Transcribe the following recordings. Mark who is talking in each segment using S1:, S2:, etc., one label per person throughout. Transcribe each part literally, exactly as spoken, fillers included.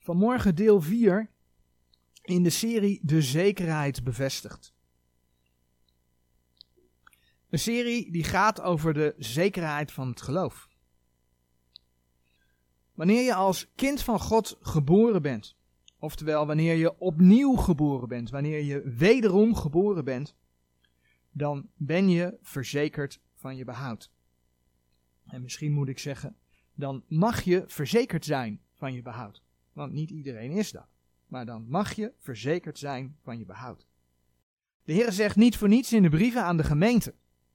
S1: Vanmorgen deel vier in de serie De Zekerheid Bevestigd. Een serie die gaat over de zekerheid van het geloof. Wanneer je als kind van God geboren bent, oftewel wanneer je opnieuw geboren bent, wanneer je wederom geboren bent, dan ben je verzekerd van je behoud. En misschien moet ik zeggen, dan mag je verzekerd zijn van je behoud. Want niet iedereen is dat. Maar dan mag je verzekerd zijn van je behoud. De Heer zegt niet voor niets in de brieven aan de gemeente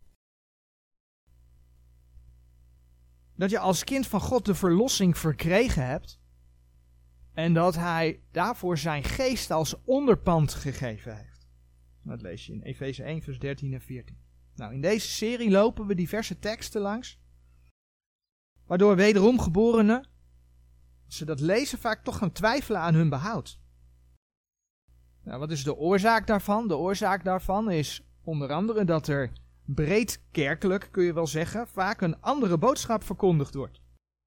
S1: dat je als kind van God de verlossing verkregen hebt en dat Hij daarvoor zijn geest als onderpand gegeven heeft. Dat lees je in Efeze één vers dertien en veertien. Nou, in deze serie lopen we diverse teksten langs, waardoor wederom geborenen, als ze dat lezen, vaak toch gaan twijfelen aan hun behoud. Nou, wat is de oorzaak daarvan? De oorzaak daarvan is onder andere dat er breed kerkelijk, kun je wel zeggen, vaak een andere boodschap verkondigd wordt.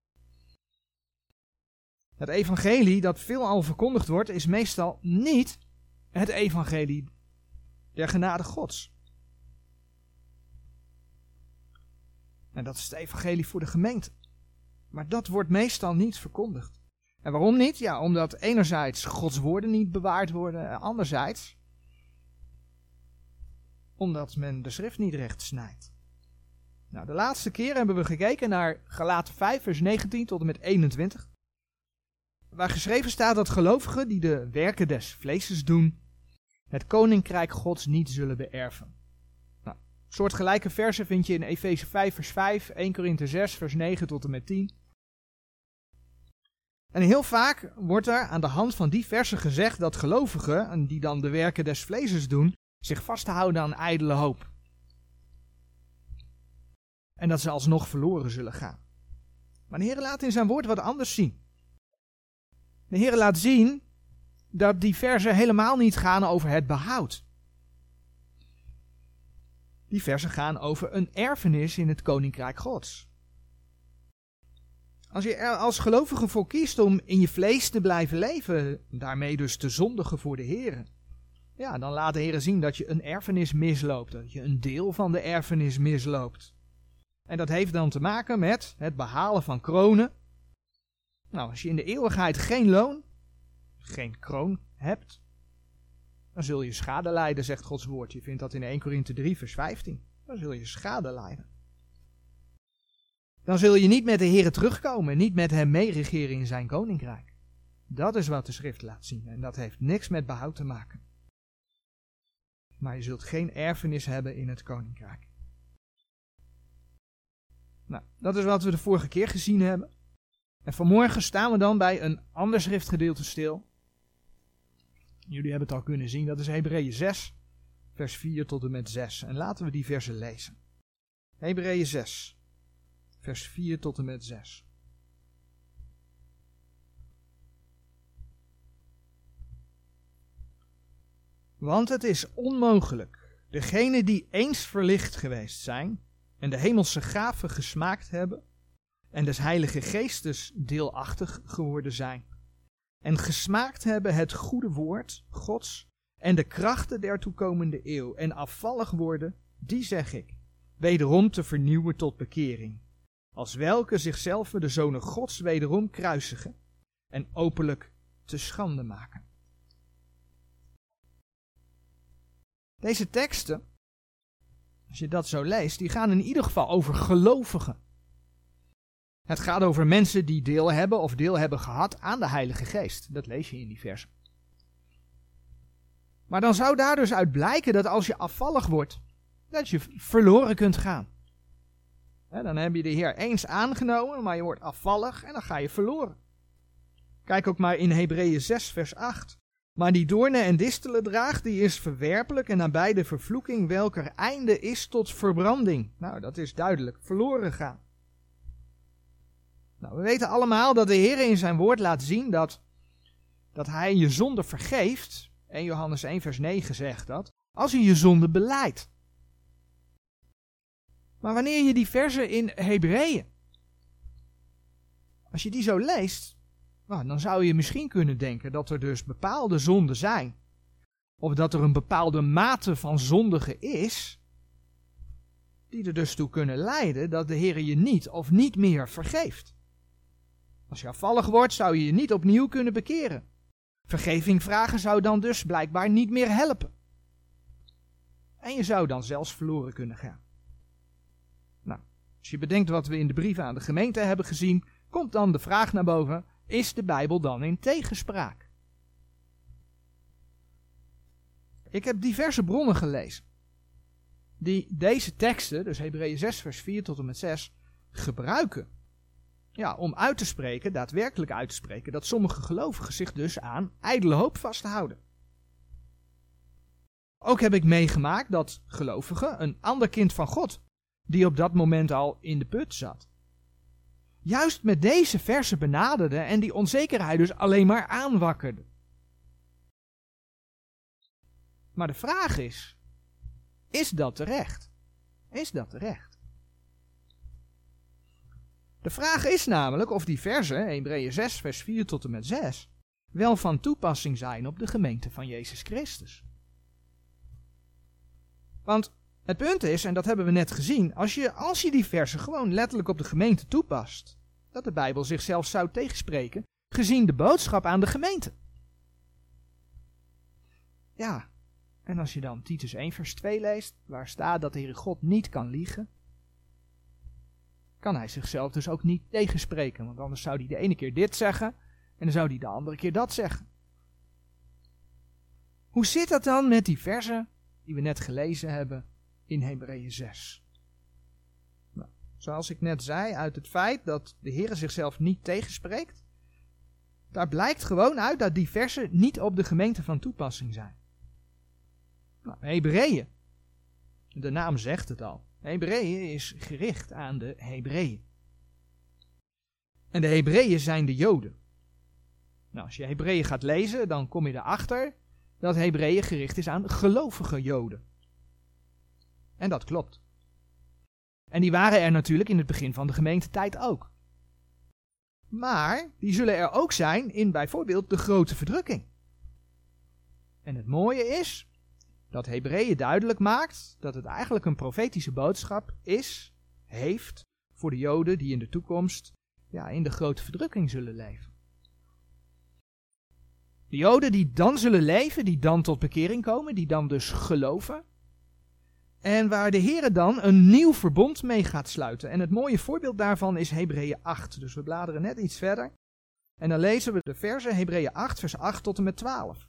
S1: Het evangelie dat veelal verkondigd wordt, is meestal niet het evangelie der genade Gods. En dat is het evangelie voor de gemeente. Maar dat wordt meestal niet verkondigd. En waarom niet? Ja, omdat enerzijds Gods woorden niet bewaard worden, en anderzijds omdat men de schrift niet recht snijdt. Nou, de laatste keer hebben we gekeken naar Galaten vijf vers negentien tot en met eenentwintig. Waar geschreven staat dat gelovigen die de werken des vleeses doen, het koninkrijk Gods niet zullen beërven. Nou, soortgelijke versen vind je in Efeze vijf vers vijf, eerste Korinthe zes vers negen tot en met tien. En heel vaak wordt er aan de hand van die versen gezegd dat gelovigen, die dan de werken des vleeses doen, zich vasthouden aan ijdele hoop. En dat ze alsnog verloren zullen gaan. Maar de Heer laat in zijn woord wat anders zien. De Heer laat zien dat die versen helemaal niet gaan over het behoud. Die versen gaan over een erfenis in het koninkrijk Gods. Als je er als gelovige voor kiest om in je vlees te blijven leven, daarmee dus te zondigen voor de Heer, ja, dan laat de Heer zien dat je een erfenis misloopt, dat je een deel van de erfenis misloopt. En dat heeft dan te maken met het behalen van kronen. Nou, als je in de eeuwigheid geen loon, geen kroon hebt, dan zul je schade lijden, zegt Gods woord. Je vindt dat in eerste Korinthe drie vers vijftien. Dan zul je schade lijden. Dan zul je niet met de Heer terugkomen, niet met hem meeregeren in zijn koninkrijk. Dat is wat de schrift laat zien en dat heeft niks met behoud te maken. Maar je zult geen erfenis hebben in het koninkrijk. Nou, dat is wat we de vorige keer gezien hebben. En vanmorgen staan we dan bij een ander schriftgedeelte stil. Jullie hebben het al kunnen zien, dat is Hebreeën zes, vers vier tot en met zes. En laten we die versen lezen. Hebreeën zes, vers vier tot en met zes. Want het is onmogelijk, degenen die eens verlicht geweest zijn en de hemelse gaven gesmaakt hebben en des Heilige Geestes deelachtig geworden zijn en gesmaakt hebben het goede woord Gods en de krachten der toekomende eeuw en afvallig worden, die zeg ik, wederom te vernieuwen tot bekering, als welke zichzelf de zonen Gods wederom kruisigen en openlijk te schande maken. Deze teksten, als je dat zo leest, die gaan in ieder geval over gelovigen. Het gaat over mensen die deel hebben of deel hebben gehad aan de Heilige Geest. Dat lees je in die versen. Maar dan zou daar dus uit blijken dat als je afvallig wordt, dat je verloren kunt gaan. He, dan heb je de Heer eens aangenomen, maar je wordt afvallig en dan ga je verloren. Kijk ook maar in Hebreeën zes vers acht. Maar die doornen en distelen draagt, die is verwerpelijk en nabij de vervloeking, welker einde is tot verbranding. Nou, dat is duidelijk, verloren gaan. Nou, we weten allemaal dat de Heer in zijn woord laat zien dat, dat hij je zonde vergeeft. En Johannes één vers negen zegt dat, als je je zonde belijdt. Maar wanneer je die versen in Hebreeën, als je die zo leest, Nou, dan zou je misschien kunnen denken dat er dus bepaalde zonden zijn. Of dat er een bepaalde mate van zondigen is. Die er dus toe kunnen leiden dat de Heer je niet of niet meer vergeeft. Als je afvallig wordt, zou je je niet opnieuw kunnen bekeren. Vergeving vragen zou dan dus blijkbaar niet meer helpen. En je zou dan zelfs verloren kunnen gaan. Nou, als je bedenkt wat we in de brieven aan de gemeente hebben gezien, komt dan de vraag naar boven, is de Bijbel dan in tegenspraak? Ik heb diverse bronnen gelezen die deze teksten, dus Hebreeën zes vers vier tot en met zes, gebruiken. Ja, om uit te spreken, daadwerkelijk uit te spreken, dat sommige gelovigen zich dus aan ijdele hoop vasthouden. Ook heb ik meegemaakt dat gelovigen, een ander kind van God, die op dat moment al in de put zat, juist met deze versen benaderde en die onzekerheid dus alleen maar aanwakkerde. Maar de vraag is, is dat terecht? Is dat terecht? De vraag is namelijk of die versen, Hebreeën zes vers vier tot en met zes, wel van toepassing zijn op de gemeente van Jezus Christus. Want het punt is, en dat hebben we net gezien, als je, als je die versen gewoon letterlijk op de gemeente toepast, dat de Bijbel zichzelf zou tegenspreken, gezien de boodschap aan de gemeente. Ja, en als je dan Titus één vers twee leest, waar staat dat de Heere God niet kan liegen, kan hij zichzelf dus ook niet tegenspreken, want anders zou hij de ene keer dit zeggen, en dan zou hij de andere keer dat zeggen. Hoe zit dat dan met die versen die we net gelezen hebben in Hebreeën zes? Nou, zoals ik net zei, uit het feit dat de Heere zichzelf niet tegenspreekt, daar blijkt gewoon uit dat die versen niet op de gemeente van toepassing zijn. Nou, Hebreeën, de naam zegt het al. Hebreeën is gericht aan de Hebreeën. En de Hebreeën zijn de Joden. Nou, als je Hebreeën gaat lezen, dan kom je erachter dat Hebreeën gericht is aan gelovige Joden. En dat klopt. En die waren er natuurlijk in het begin van de gemeentetijd ook. Maar die zullen er ook zijn in bijvoorbeeld de grote verdrukking. En het mooie is dat Hebreeën duidelijk maakt dat het eigenlijk een profetische boodschap is, heeft, voor de Joden die in de toekomst ja, in de grote verdrukking zullen leven. De Joden die dan zullen leven, die dan tot bekering komen, die dan dus geloven. En waar de Heere dan een nieuw verbond mee gaat sluiten. En het mooie voorbeeld daarvan is Hebreeën acht. Dus we bladeren net iets verder. En dan lezen we de versen Hebreeën acht vers acht tot en met twaalf.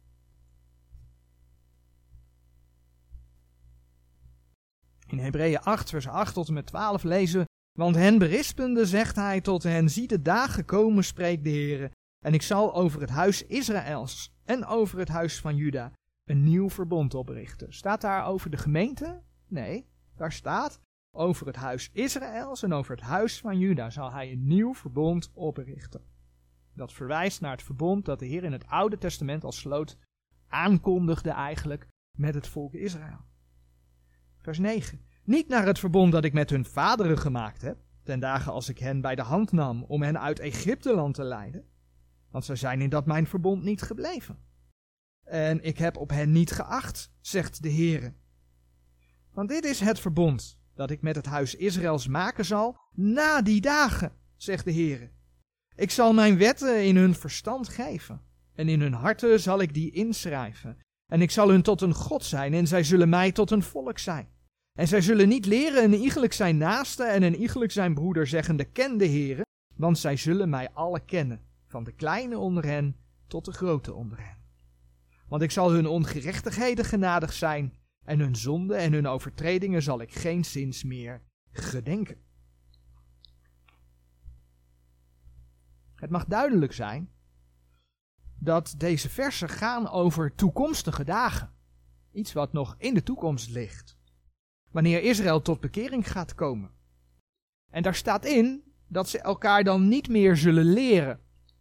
S1: In Hebreeën acht vers acht tot en met twaalf lezen we, want hen berispende zegt hij tot hen, zie de dagen komen, spreekt de Heere, en ik zal over het huis Israëls en over het huis van Juda een nieuw verbond oprichten. Staat daar over de gemeente? Nee, daar staat over het huis Israëls en over het huis van Juda zal hij een nieuw verbond oprichten. Dat verwijst naar het verbond dat de Heer in het Oude Testament als sloot aankondigde eigenlijk met het volk Israël. Vers negen. Niet naar het verbond dat ik met hun vaderen gemaakt heb, ten dagen als ik hen bij de hand nam om hen uit Egypteland te leiden, want zij zijn in dat mijn verbond niet gebleven. En ik heb op hen niet geacht, zegt de Heere. Want dit is het verbond dat ik met het huis Israëls maken zal na die dagen, zegt de Heere. Ik zal mijn wetten in hun verstand geven, en in hun harten zal ik die inschrijven. En ik zal hun tot een God zijn, en zij zullen mij tot een volk zijn. En zij zullen niet leren een iegelijk zijn naaste en een iegelijk zijn broeder, zeggende, ken de Heere, want zij zullen mij alle kennen, van de kleine onder hen tot de grote onder hen. Want ik zal hun ongerechtigheden genadig zijn, en hun zonden en hun overtredingen zal ik geen zins meer gedenken. Het mag duidelijk zijn dat deze versen gaan over toekomstige dagen. Iets wat nog in de toekomst ligt. Wanneer Israël tot bekering gaat komen. En daar staat in dat ze elkaar dan niet meer zullen leren.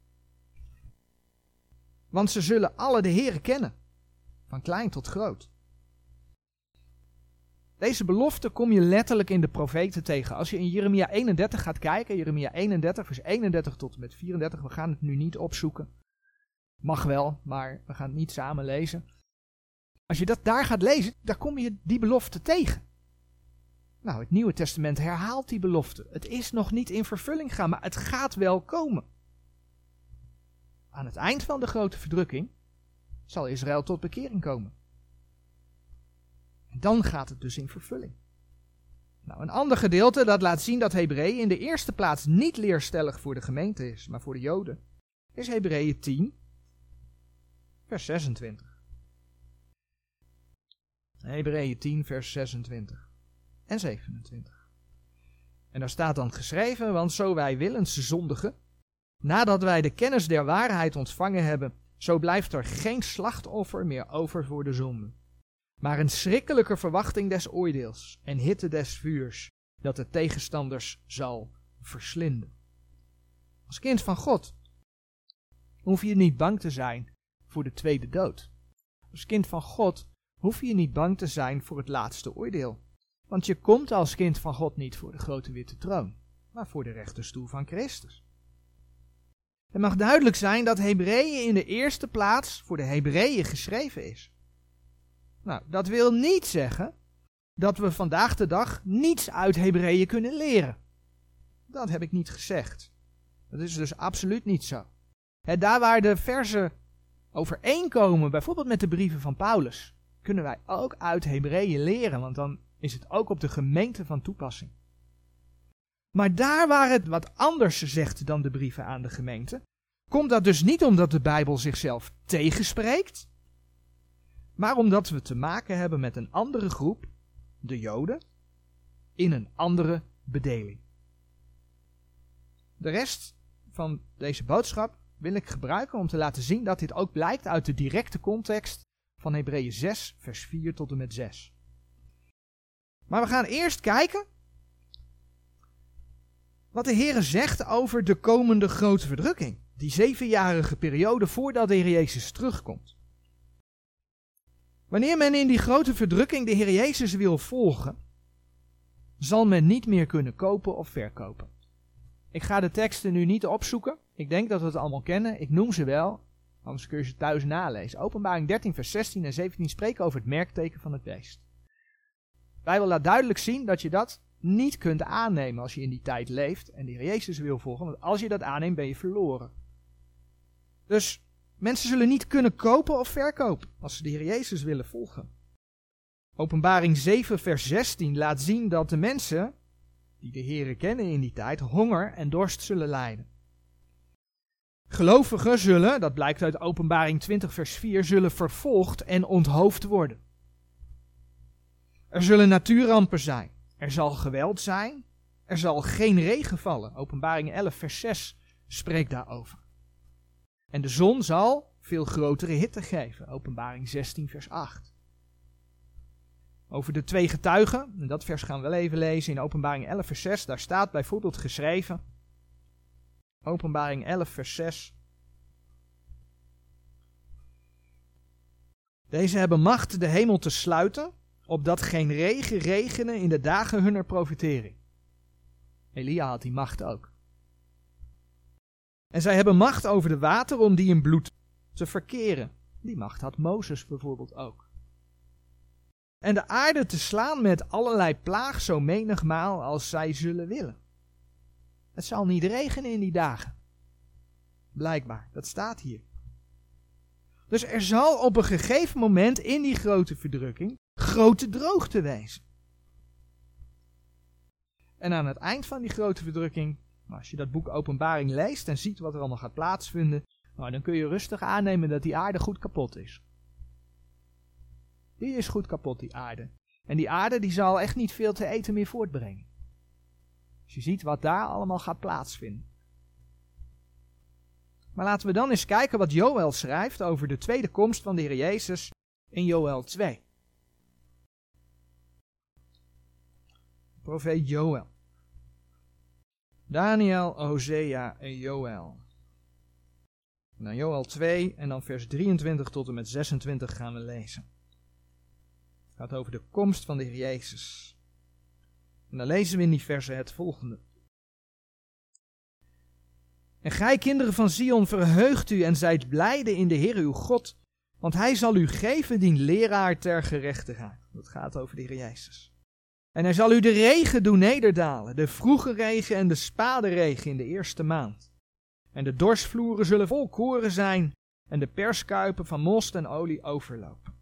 S1: Want ze zullen alle de Heere kennen. Van klein tot groot. Deze belofte kom je letterlijk in de profeten tegen. Als je in Jeremia eenendertig gaat kijken, Jeremia eenendertig, vers eenendertig tot en met vierendertig, we gaan het nu niet opzoeken. Mag wel, maar we gaan het niet samen lezen. Als je dat daar gaat lezen, daar kom je die belofte tegen. Nou, het Nieuwe Testament herhaalt die belofte. Het is nog niet in vervulling gegaan, maar het gaat wel komen. Aan het eind van de grote verdrukking zal Israël tot bekering komen. Dan gaat het dus in vervulling. Nou, een ander gedeelte dat laat zien dat Hebreeën in de eerste plaats niet leerstellig voor de gemeente is, maar voor de Joden, is Hebreeën tien, vers zesentwintig. Hebreeën tien, vers zesentwintig en zevenentwintig. En daar staat dan geschreven, want zo wij willens zondigen, nadat wij de kennis der waarheid ontvangen hebben, zo blijft er geen slachtoffer meer over voor de zonde, maar een schrikkelijke verwachting des oordeels en hitte des vuurs, dat de tegenstanders zal verslinden. Als kind van God hoef je niet bang te zijn voor de tweede dood. Als kind van God hoef je niet bang te zijn voor het laatste oordeel. Want je komt als kind van God niet voor de grote witte troon, maar voor de rechterstoel van Christus. Het mag duidelijk zijn dat Hebreeën in de eerste plaats voor de Hebreeën geschreven is. Nou, dat wil niet zeggen dat we vandaag de dag niets uit Hebreeën kunnen leren. Dat heb ik niet gezegd. Dat is dus absoluut niet zo. He, daar waar de verzen overeenkomen, bijvoorbeeld met de brieven van Paulus, kunnen wij ook uit Hebreeën leren, want dan is het ook op de gemeente van toepassing. Maar daar waar het wat anders zegt dan de brieven aan de gemeente, komt dat dus niet omdat de Bijbel zichzelf tegenspreekt, maar omdat we te maken hebben met een andere groep, de Joden, in een andere bedeling. De rest van deze boodschap wil ik gebruiken om te laten zien dat dit ook blijkt uit de directe context van Hebreeën zes, vers vier tot en met zes. Maar we gaan eerst kijken wat de Heere zegt over de komende grote verdrukking. Die zevenjarige periode voordat de Heer Jezus terugkomt. Wanneer men in die grote verdrukking de Heer Jezus wil volgen, zal men niet meer kunnen kopen of verkopen. Ik ga de teksten nu niet opzoeken. Ik denk dat we het allemaal kennen. Ik noem ze wel, anders kun je ze thuis nalezen. Openbaring dertien, vers zestien en zeventien spreken over het merkteken van het beest. De Bijbel laat duidelijk zien dat je dat niet kunt aannemen als je in die tijd leeft en de Heer Jezus wil volgen. Want als je dat aanneemt, ben je verloren. Dus mensen zullen niet kunnen kopen of verkopen als ze de Heer Jezus willen volgen. Openbaring zeven, vers zestien laat zien dat de mensen die de Heere kennen in die tijd honger en dorst zullen lijden. Gelovigen zullen, dat blijkt uit Openbaring twintig, vers vier, zullen vervolgd en onthoofd worden. Er zullen natuurrampen zijn. Er zal geweld zijn. Er zal geen regen vallen. Openbaring elf, vers zes spreekt daarover. En de zon zal veel grotere hitte geven. Openbaring zestien, vers acht. Over de twee getuigen, en dat vers gaan we wel even lezen in Openbaring elf, vers zes. Daar staat bijvoorbeeld geschreven. Openbaring elf, vers zes. Deze hebben macht de hemel te sluiten, opdat geen regen regenen in de dagen hunner profetering. Elia had die macht ook. En zij hebben macht over de water om die in bloed te verkeren. Die macht had Mozes bijvoorbeeld ook. En de aarde te slaan met allerlei plaag zo menigmaal als zij zullen willen. Het zal niet regenen in die dagen. Blijkbaar, dat staat hier. Dus er zal op een gegeven moment in die grote verdrukking grote droogte wezen. En aan het eind van die grote verdrukking, als je dat boek Openbaring leest en ziet wat er allemaal gaat plaatsvinden, nou, dan kun je rustig aannemen dat die aarde goed kapot is. Die is goed kapot, die aarde. En die aarde die zal echt niet veel te eten meer voortbrengen. Als je ziet wat daar allemaal gaat plaatsvinden. Maar laten we dan eens kijken wat Joël schrijft over de tweede komst van de Heer Jezus in Joël twee. Profeet Joël. Daniel, Hosea en Joël. En dan Joël twee en dan vers drieëntwintig tot en met zesentwintig gaan we lezen. Het gaat over de komst van de Heer Jezus. En dan lezen we in die versen het volgende. En gij, kinderen van Sion, verheugt u en zijt blijde in de Heer uw God, want hij zal u geven dien leraar ter gerechtigheid. Dat gaat over de Heer Jezus. En hij zal u de regen doen nederdalen, de vroege regen en de spade regen in de eerste maand. En de dorsvloeren zullen vol koren zijn en de perskuipen van most en olie overlopen.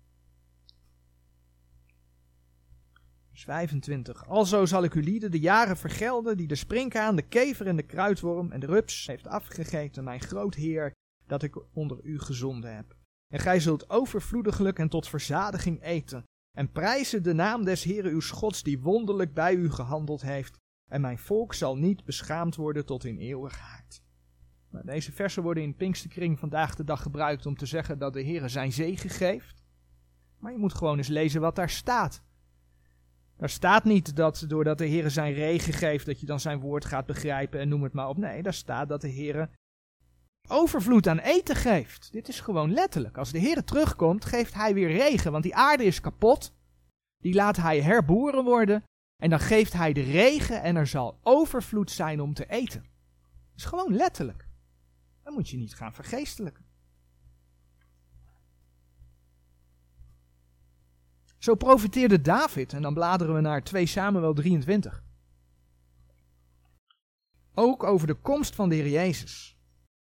S1: Vers vijfentwintig. Alzo zal ik u lieden de jaren vergelden die de sprinkhaan, de kever en de kruidworm en de rups heeft afgegeten, mijn groot Heer, dat ik onder u gezonden heb. En gij zult overvloediglijk en tot verzadiging eten, en prijzen de naam des Heeren uws Gods, die wonderlijk bij u gehandeld heeft, en mijn volk zal niet beschaamd worden tot in eeuwigheid. Nou, deze versen worden in Pinksterkring vandaag de dag gebruikt om te zeggen dat de Heere zijn zegen geeft. Maar je moet gewoon eens lezen wat daar staat. Daar staat niet dat doordat de Heere zijn regen geeft, dat je dan zijn woord gaat begrijpen en noem het maar op. Nee, daar staat dat de Heere overvloed aan eten geeft. Dit is gewoon letterlijk. Als de Heere terugkomt, geeft hij weer regen, want die aarde is kapot. Die laat hij herboren worden en dan geeft hij de regen en er zal overvloed zijn om te eten. Dat is gewoon letterlijk. Dan moet je niet gaan vergeestelijken. Zo profeteerde David, en dan bladeren we naar twee Samuel drieëntwintig. Ook over de komst van de Heer Jezus.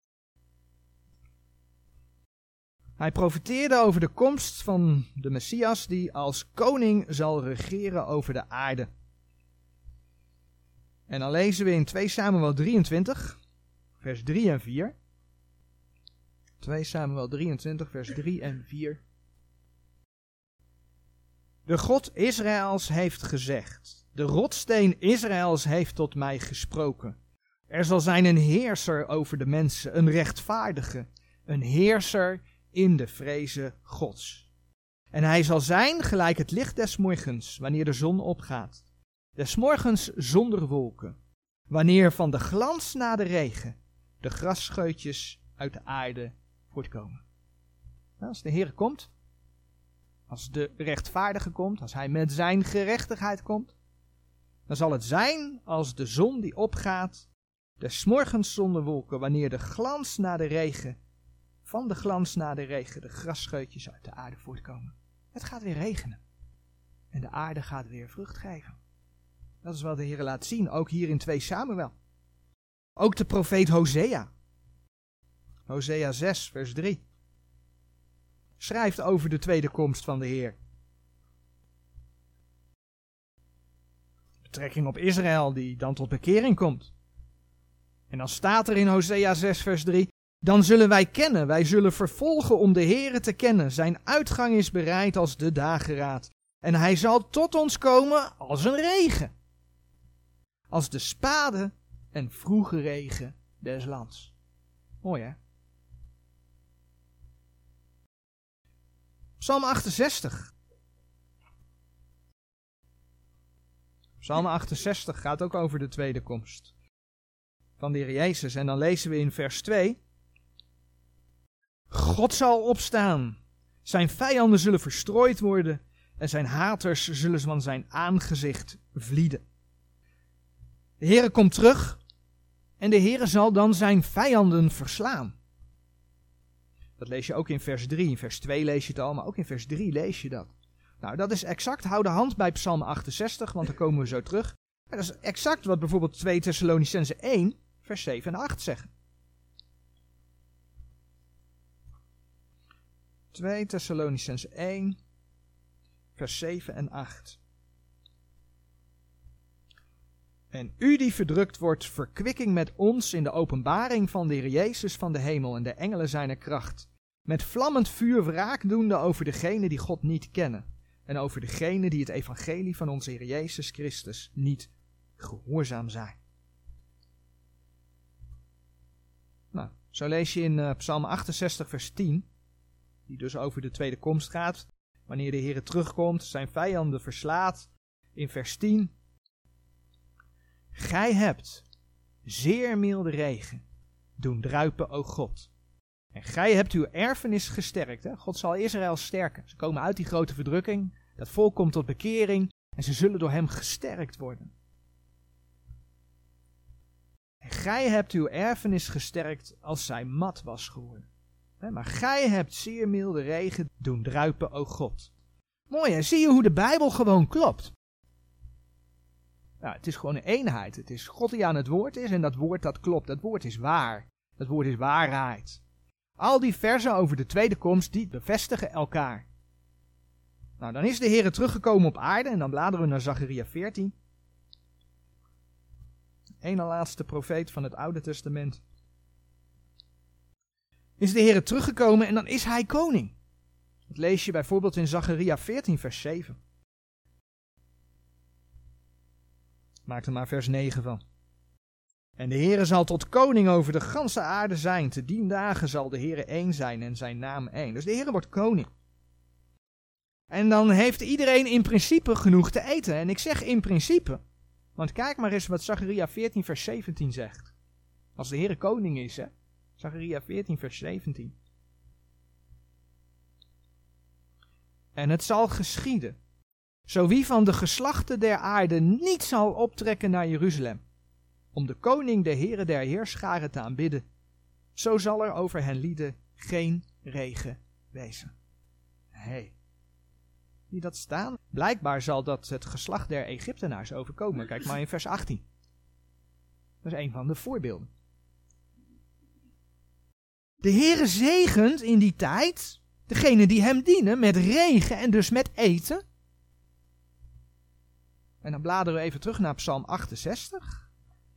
S1: Hij profeteerde over de komst van de Messias die als koning zal regeren over de aarde. En dan lezen we in twee Samuel drieëntwintig, vers drie en vier. twee Samuel drieëntwintig, vers drie en vier. De God Israëls heeft gezegd, de rotsteen Israëls heeft tot mij gesproken. Er zal zijn een heerser over de mensen, een rechtvaardige, een heerser in de vreze Gods. En hij zal zijn gelijk het licht des morgens, wanneer de zon opgaat. Des morgens zonder wolken, wanneer van de glans na de regen de grasscheutjes uit de aarde voortkomen. Nou, als de Heer komt, als de rechtvaardige komt, als hij met zijn gerechtigheid komt, dan zal het zijn als de zon die opgaat, des morgens zonder wolken, wanneer de glans na de regen, van de glans na de regen, de grasscheutjes uit de aarde voortkomen. Het gaat weer regenen. En de aarde gaat weer vrucht geven. Dat is wat de Heer laat zien, ook hier in twee Samuel. Ook de profeet Hosea. Hosea zes, vers drie. Schrijft over de tweede komst van de Heer. Betrekking op Israël die dan tot bekering komt. En dan staat er in Hosea zes vers drie. Dan zullen wij kennen, wij zullen vervolgen om de Heere te kennen. Zijn uitgang is bereid als de dageraad. En hij zal tot ons komen als een regen. Als de spade en vroege regen des lands. Mooi hè? Psalm achtenzestig. Psalm achtenzestig gaat ook over de tweede komst van de Heer Jezus. En dan lezen we in vers twee. God zal opstaan. Zijn vijanden zullen verstrooid worden. En zijn haters zullen van zijn aangezicht vlieden. De Heere komt terug. En de Heere zal dan zijn vijanden verslaan. Dat lees je ook in vers drie. In vers twee lees je het al, maar ook in vers drie lees je dat. Nou, dat is exact. Hou de hand bij Psalm achtenzestig, want daar komen we zo terug. Maar dat is exact wat bijvoorbeeld twee Thessalonicenzen één, vers zeven en acht zeggen. twee Thessalonicenzen één, vers zeven en acht. En u die verdrukt wordt, verkwikking met ons in de openbaring van de Heer Jezus van de hemel en de engelen zijner kracht. Met vlammend vuur wraak doende over degenen die God niet kennen. En over degenen die het evangelie van onze Heer Jezus Christus niet gehoorzaam zijn. Nou, zo lees je in uh, Psalm achtenzestig vers tien, die dus over de tweede komst gaat. Wanneer de Heer terugkomt, zijn vijanden verslaat. In vers tien. Gij hebt zeer milde regen doen druipen, o God. En gij hebt uw erfenis gesterkt. Hè? God zal Israël sterken. Ze komen uit die grote verdrukking. Dat volk komt tot bekering en ze zullen door hem gesterkt worden. En gij hebt uw erfenis gesterkt als zij mat was geworden. Maar gij hebt zeer milde regen doen druipen, o God. Mooi hè, zie je hoe de Bijbel gewoon klopt. Nou, het is gewoon een eenheid. Het is God die aan het woord is en dat woord dat klopt. Dat woord is waar. Dat woord is waarheid. Al die versen over de tweede komst, die bevestigen elkaar. Nou, dan is de Heer teruggekomen op aarde en dan bladeren we naar Zacharia veertien. Eén na laatste profeet van het Oude Testament. Is de Heer teruggekomen en dan is hij koning. Dat lees je bijvoorbeeld in Zacharia veertien vers zeven. Maak er maar vers negen van. En de Heere zal tot koning over de ganse aarde zijn. Te dien dagen zal de Heere één zijn en zijn naam één. Dus de Heere wordt koning. En dan heeft iedereen in principe genoeg te eten. En ik zeg in principe. Want kijk maar eens wat Zacharia veertien vers zeventien zegt. Als de Heere koning is, hè. Zacharia veertien vers zeventien. En het zal geschieden. Zo wie van de geslachten der aarde niet zal optrekken naar Jeruzalem, om de koning de Heere der heerscharen te aanbidden, zo zal er over hen lieden geen regen wezen. Hé, hey. Zie dat staan? Blijkbaar zal dat het geslacht der Egyptenaars overkomen. Kijk maar in vers achttien. Dat is een van de voorbeelden. De Heere zegent in die tijd degenen die hem dienen met regen en dus met eten. En dan bladeren we even terug naar Psalm achtenzestig.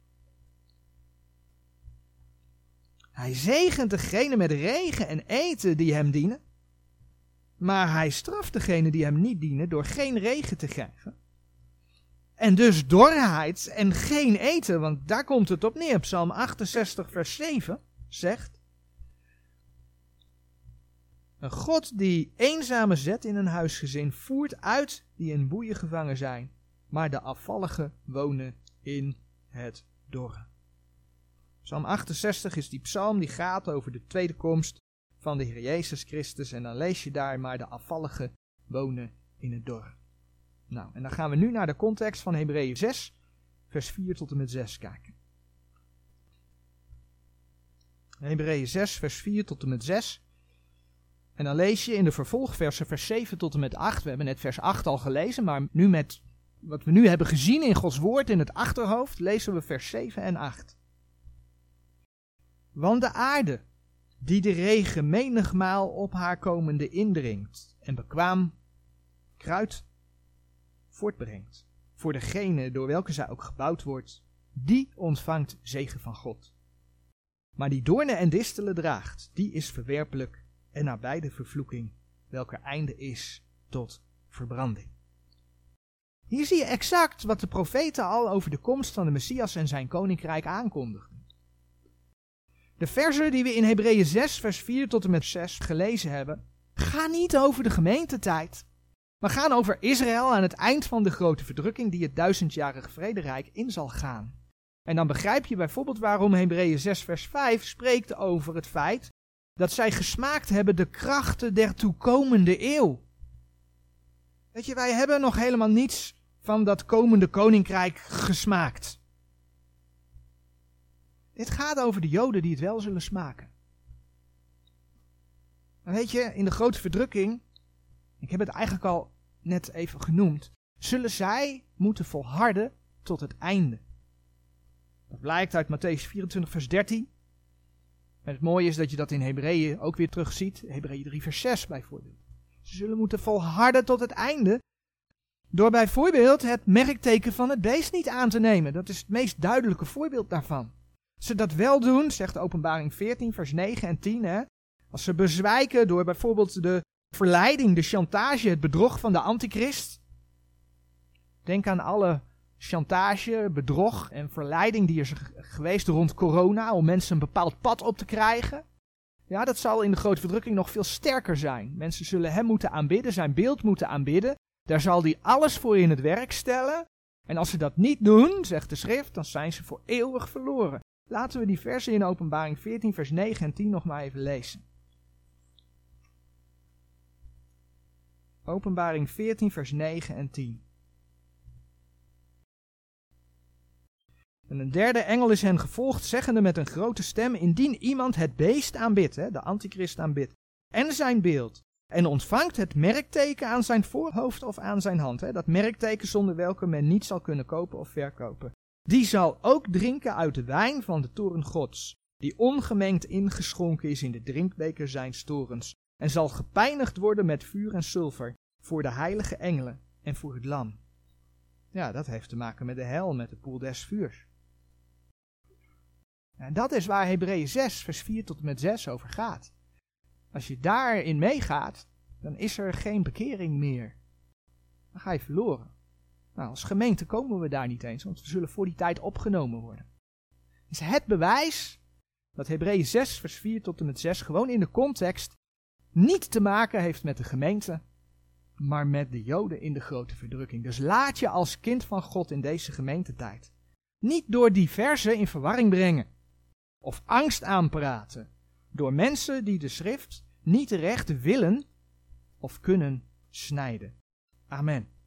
S1: Hij zegent degenen met regen en eten die hem dienen. Maar hij straft degenen die hem niet dienen door geen regen te geven. En dus dorheid en geen eten, want daar komt het op neer. Psalm achtenzestig vers zeven zegt: een God die eenzame zet in een huisgezin, voert uit die in boeien gevangen zijn, maar de afvalligen wonen in het dorre. Psalm achtenzestig is die psalm die gaat over de tweede komst van de Heer Jezus Christus. En dan lees je daar, maar de afvalligen wonen in het dorre. Nou, en dan gaan we nu naar de context van Hebreeën zes, vers vier tot en met zes kijken. Hebreeën zes, vers vier tot en met zes. En dan lees je in de vervolgversen vers zeven tot en met acht. We hebben net vers acht al gelezen, maar nu met wat we nu hebben gezien in Gods woord in het achterhoofd, lezen we vers zeven en acht. Want de aarde, die de regen menigmaal op haar komende indringt en bekwaam kruid voortbrengt, voor degene door welke zij ook gebouwd wordt, die ontvangt zegen van God. Maar die doornen en distelen draagt, die is verwerpelijk en nabij de vervloeking, welker einde is tot verbranding. Hier zie je exact wat de profeten al over de komst van de Messias en zijn koninkrijk aankondigden. De versen die we in Hebreeën zes, vers vier tot en met zes gelezen hebben, gaan niet over de gemeentetijd, maar gaan over Israël aan het eind van de grote verdrukking die het duizendjarig vrederijk in zal gaan. En dan begrijp je bijvoorbeeld waarom Hebreeën zes, vers vijf spreekt over het feit dat zij gesmaakt hebben de krachten der toekomende eeuw. Weet je, wij hebben nog helemaal niets van dat komende koninkrijk gesmaakt. Dit gaat over de Joden die het wel zullen smaken. En weet je, in de grote verdrukking, ik heb het eigenlijk al net even genoemd, zullen zij moeten volharden tot het einde. Dat blijkt uit Mattheüs vierentwintig vers dertien. En het mooie is dat je dat in Hebreeën ook weer terugziet. Hebreeën drie vers zes bijvoorbeeld. Ze zullen moeten volharden tot het einde, door bijvoorbeeld het merkteken van het beest niet aan te nemen. Dat is het meest duidelijke voorbeeld daarvan. Als ze dat wel doen, zegt Openbaring veertien vers negen en tien, hè, als ze bezwijken door bijvoorbeeld de verleiding, de chantage, het bedrog van de antichrist. Denk aan alle chantage, bedrog en verleiding die er is geweest rond corona om mensen een bepaald pad op te krijgen. Ja, dat zal in de grote verdrukking nog veel sterker zijn. Mensen zullen hem moeten aanbidden, zijn beeld moeten aanbidden. Daar zal hij alles voor in het werk stellen. En als ze dat niet doen, zegt de schrift, dan zijn ze voor eeuwig verloren. Laten we die versen in Openbaring veertien vers negen en tien nog maar even lezen. Openbaring veertien vers negen en tien. En een derde engel is hen gevolgd, zeggende met een grote stem, indien iemand het beest aanbidt, hè, de antichrist aanbidt, en zijn beeld, en ontvangt het merkteken aan zijn voorhoofd of aan zijn hand, hè, dat merkteken zonder welke men niet zal kunnen kopen of verkopen, die zal ook drinken uit de wijn van de toorn Gods, die ongemengd ingeschonken is in de drinkbeker zijns toorns, en zal gepijnigd worden met vuur en sulfer, voor de heilige engelen en voor het lam. Ja, dat heeft te maken met de hel, met de poel des vuurs. En dat is waar Hebreeën zes, vers vier tot en met zes over gaat. Als je daarin meegaat, dan is er geen bekering meer. Dan ga je verloren. Nou, als gemeente komen we daar niet eens, want we zullen voor die tijd opgenomen worden. Het is het bewijs dat Hebreeën zes, vers vier tot en met zes gewoon in de context niet te maken heeft met de gemeente, maar met de Joden in de grote verdrukking. Dus laat je als kind van God in deze gemeentetijd niet door die verzen in verwarring brengen of angst aanpraten door mensen die de schrift niet recht willen of kunnen snijden. Amen.